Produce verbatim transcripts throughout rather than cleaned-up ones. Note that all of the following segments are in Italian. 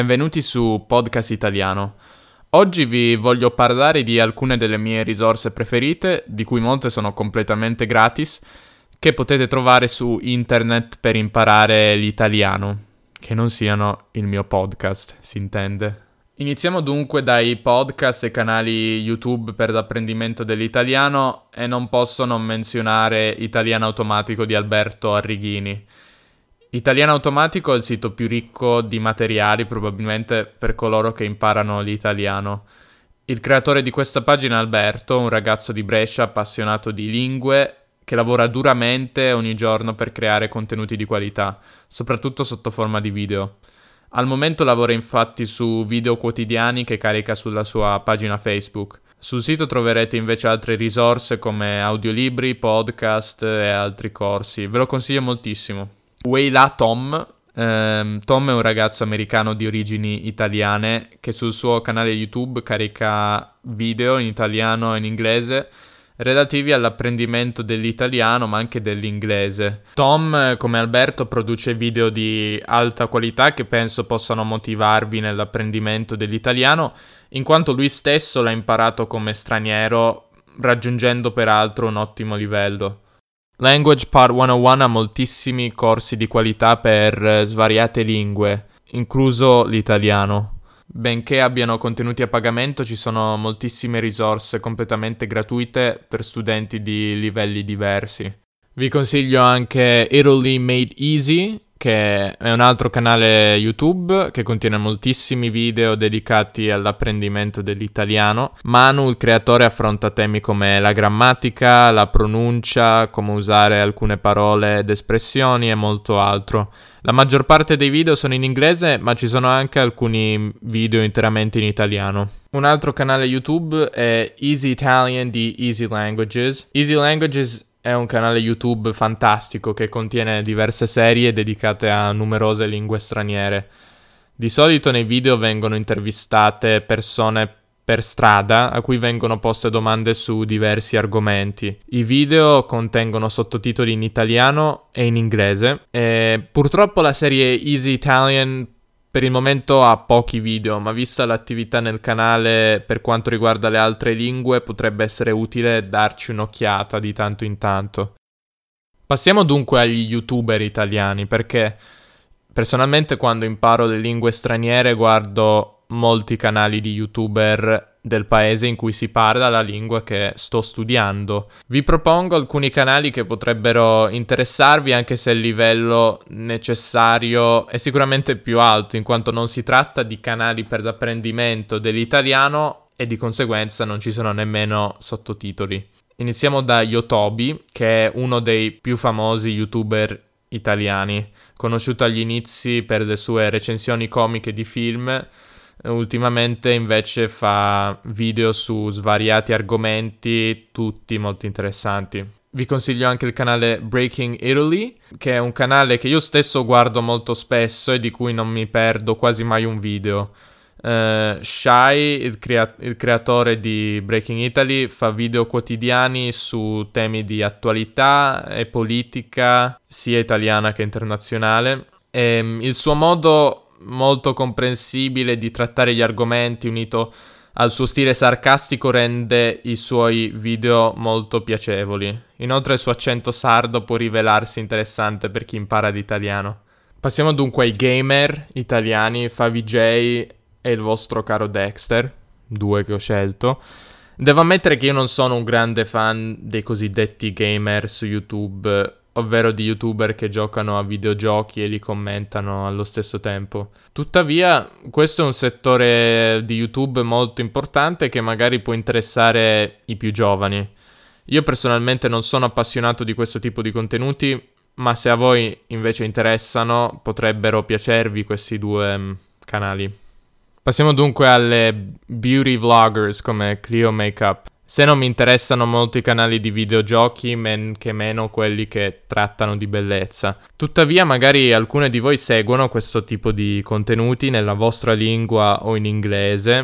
Benvenuti su Podcast Italiano. Oggi vi voglio parlare di alcune delle mie risorse preferite, di cui molte sono completamente gratis, che potete trovare su internet per imparare l'italiano, che non siano il mio podcast, si intende. Iniziamo dunque dai podcast e canali YouTube per l'apprendimento dell'italiano e non posso non menzionare Italiano Automatico di Alberto Arrighini. Italiano Automatico è il sito più ricco di materiali probabilmente per coloro che imparano l'italiano. Il creatore di questa pagina è Alberto, un ragazzo di Brescia appassionato di lingue che lavora duramente ogni giorno per creare contenuti di qualità, soprattutto sotto forma di video. Al momento lavora infatti su video quotidiani che carica sulla sua pagina Facebook. Sul sito troverete invece altre risorse come audiolibri, podcast e altri corsi. Ve lo consiglio moltissimo. Weila Tom. Um, Tom è un ragazzo americano di origini italiane che sul suo canale YouTube carica video in italiano e in inglese relativi all'apprendimento dell'italiano ma anche dell'inglese. Tom, come Alberto, produce video di alta qualità che penso possano motivarvi nell'apprendimento dell'italiano, in quanto lui stesso l'ha imparato come straniero, raggiungendo peraltro un ottimo livello. Language Part centouno ha moltissimi corsi di qualità per svariate lingue, incluso l'italiano. Benché abbiano contenuti a pagamento, ci sono moltissime risorse completamente gratuite per studenti di livelli diversi. Vi consiglio anche Italy Made Easy, che è un altro canale YouTube che contiene moltissimi video dedicati all'apprendimento dell'italiano. Manu, il creatore, affronta temi come la grammatica, la pronuncia, come usare alcune parole ed espressioni e molto altro. La maggior parte dei video sono in inglese, ma ci sono anche alcuni video interamente in italiano. Un altro canale YouTube è Easy Italian di Easy Languages. Easy Languages è un canale YouTube fantastico che contiene diverse serie dedicate a numerose lingue straniere. Di solito nei video vengono intervistate persone per strada a cui vengono poste domande su diversi argomenti. I video contengono sottotitoli in italiano e in inglese e purtroppo la serie Easy Italian per il momento ha pochi video, ma vista l'attività nel canale per quanto riguarda le altre lingue potrebbe essere utile darci un'occhiata di tanto in tanto. Passiamo dunque agli YouTuber italiani, perché personalmente quando imparo le lingue straniere guardo molti canali di YouTuber del paese in cui si parla la lingua che sto studiando. Vi propongo alcuni canali che potrebbero interessarvi, anche se il livello necessario è sicuramente più alto, in quanto non si tratta di canali per l'apprendimento dell'italiano e di conseguenza non ci sono nemmeno sottotitoli. Iniziamo da Yotobi, che è uno dei più famosi YouTuber italiani, conosciuto agli inizi per le sue recensioni comiche di film. Ultimamente invece fa video su svariati argomenti, tutti molto interessanti. Vi consiglio anche il canale Breaking Italy, che è un canale che io stesso guardo molto spesso e di cui non mi perdo quasi mai un video. Uh, Shai, il, crea- il creatore di Breaking Italy, fa video quotidiani su temi di attualità e politica, sia italiana che internazionale. E, um, il suo modo molto comprensibile di trattare gli argomenti, unito al suo stile sarcastico, rende i suoi video molto piacevoli. Inoltre il suo accento sardo può rivelarsi interessante per chi impara l'italiano. Passiamo dunque ai gamer italiani, Favij e il vostro caro Dexter, due che ho scelto. Devo ammettere che io non sono un grande fan dei cosiddetti gamer su YouTube, ovvero di YouTuber che giocano a videogiochi e li commentano allo stesso tempo. Tuttavia, questo è un settore di YouTube molto importante che magari può interessare i più giovani. Io personalmente non sono appassionato di questo tipo di contenuti, ma se a voi invece interessano, potrebbero piacervi questi due um, canali. Passiamo dunque alle beauty vloggers come Clio Makeup. Se non mi interessano molto i canali di videogiochi, men che meno quelli che trattano di bellezza. Tuttavia, magari alcune di voi seguono questo tipo di contenuti nella vostra lingua o in inglese.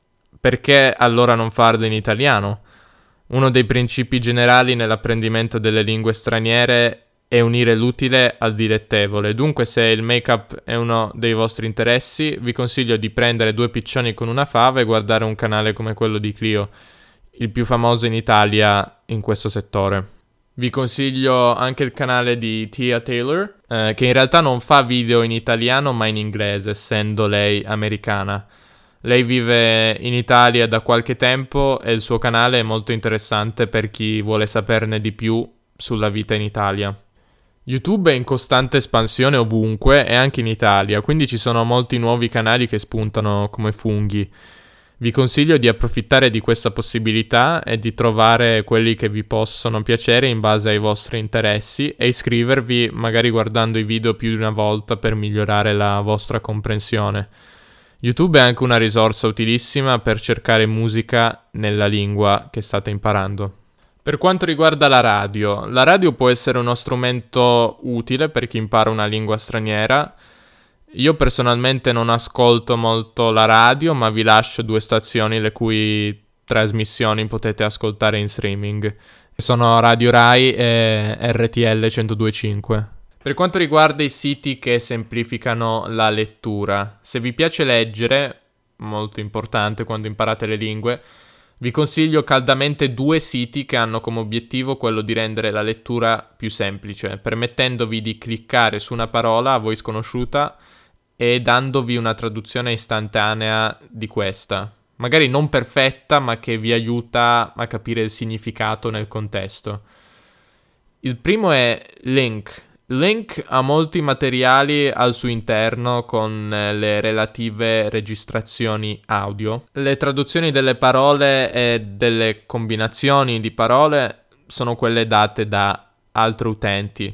Perché allora non farlo in italiano? Uno dei principi generali nell'apprendimento delle lingue straniere e unire l'utile al dilettevole. Dunque, se il make-up è uno dei vostri interessi, vi consiglio di prendere due piccioni con una fava e guardare un canale come quello di Clio, il più famoso in Italia in questo settore. Vi consiglio anche il canale di Tia Taylor, eh, che in realtà non fa video in italiano ma in inglese, essendo lei americana. Lei vive in Italia da qualche tempo e il suo canale è molto interessante per chi vuole saperne di più sulla vita in Italia. YouTube è in costante espansione ovunque e anche in Italia, quindi ci sono molti nuovi canali che spuntano come funghi. Vi consiglio di approfittare di questa possibilità e di trovare quelli che vi possono piacere in base ai vostri interessi e iscrivervi magari guardando i video più di una volta per migliorare la vostra comprensione. YouTube è anche una risorsa utilissima per cercare musica nella lingua che state imparando. Per quanto riguarda la radio, la radio può essere uno strumento utile per chi impara una lingua straniera. Io personalmente non ascolto molto la radio, ma vi lascio due stazioni le cui trasmissioni potete ascoltare in streaming. Sono Radio Rai e R T L centodue e cinque. Per quanto riguarda i siti che semplificano la lettura, se vi piace leggere, molto importante quando imparate le lingue, vi consiglio caldamente due siti che hanno come obiettivo quello di rendere la lettura più semplice, permettendovi di cliccare su una parola a voi sconosciuta e dandovi una traduzione istantanea di questa. Magari non perfetta, ma che vi aiuta a capire il significato nel contesto. Il primo è Link. Link ha molti materiali al suo interno con le relative registrazioni audio. Le traduzioni delle parole e delle combinazioni di parole sono quelle date da altri utenti.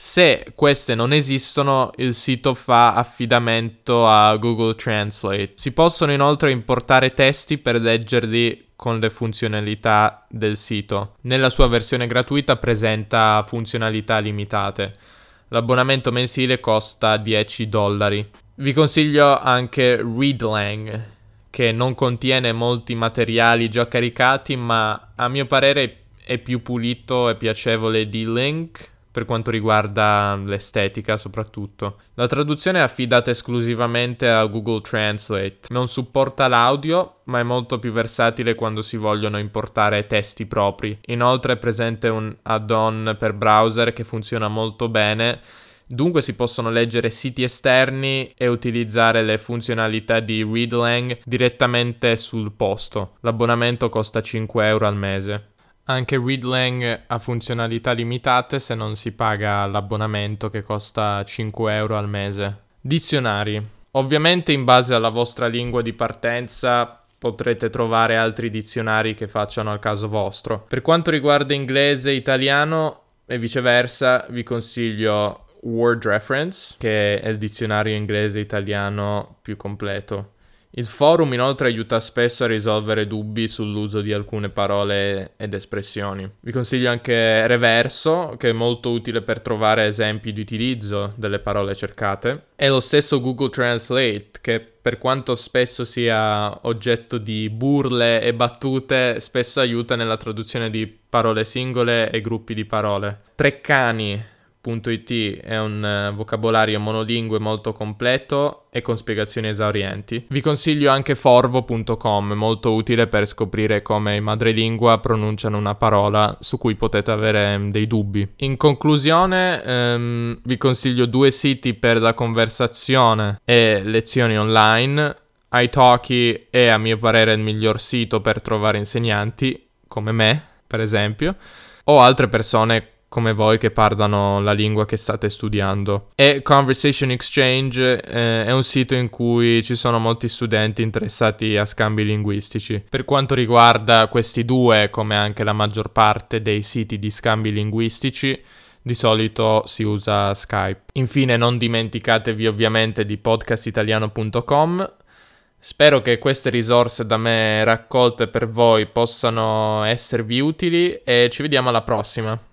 Se queste non esistono, il sito fa affidamento a Google Translate. Si possono inoltre importare testi per leggerli con le funzionalità del sito. Nella sua versione gratuita presenta funzionalità limitate. L'abbonamento mensile costa dieci dollari. Vi consiglio anche Readlang, che non contiene molti materiali già caricati, ma a mio parere è più pulito e piacevole di Link per quanto riguarda l'estetica soprattutto. La traduzione è affidata esclusivamente a Google Translate. Non supporta l'audio, ma è molto più versatile quando si vogliono importare testi propri. Inoltre è presente un add-on per browser che funziona molto bene, dunque si possono leggere siti esterni e utilizzare le funzionalità di Readlang direttamente sul posto. L'abbonamento costa cinque euro al mese. Anche Readlang ha funzionalità limitate se non si paga l'abbonamento che costa cinque euro al mese. Dizionari. Ovviamente in base alla vostra lingua di partenza potrete trovare altri dizionari che facciano al caso vostro. Per quanto riguarda inglese e italiano e viceversa, vi consiglio Word Reference, che è il dizionario inglese-italiano più completo. Il forum inoltre aiuta spesso a risolvere dubbi sull'uso di alcune parole ed espressioni. Vi consiglio anche Reverso, che è molto utile per trovare esempi di utilizzo delle parole cercate. E lo stesso Google Translate, che per quanto spesso sia oggetto di burle e battute, spesso aiuta nella traduzione di parole singole e gruppi di parole. Treccani punto it è un uh, vocabolario monolingue molto completo e con spiegazioni esaurienti. Vi consiglio anche forvo punto com, molto utile per scoprire come i madrelingua pronunciano una parola su cui potete avere um, dei dubbi. In conclusione, um, vi consiglio due siti per la conversazione e lezioni online. italki è a mio parere il miglior sito per trovare insegnanti, come me, per esempio, o altre persone come voi che parlano la lingua che state studiando. E Conversation Exchange eh, è un sito in cui ci sono molti studenti interessati a scambi linguistici. Per quanto riguarda questi due, come anche la maggior parte dei siti di scambi linguistici, di solito si usa Skype. Infine non dimenticatevi ovviamente di podcast italiano punto com. Spero che queste risorse da me raccolte per voi possano esservi utili e ci vediamo alla prossima.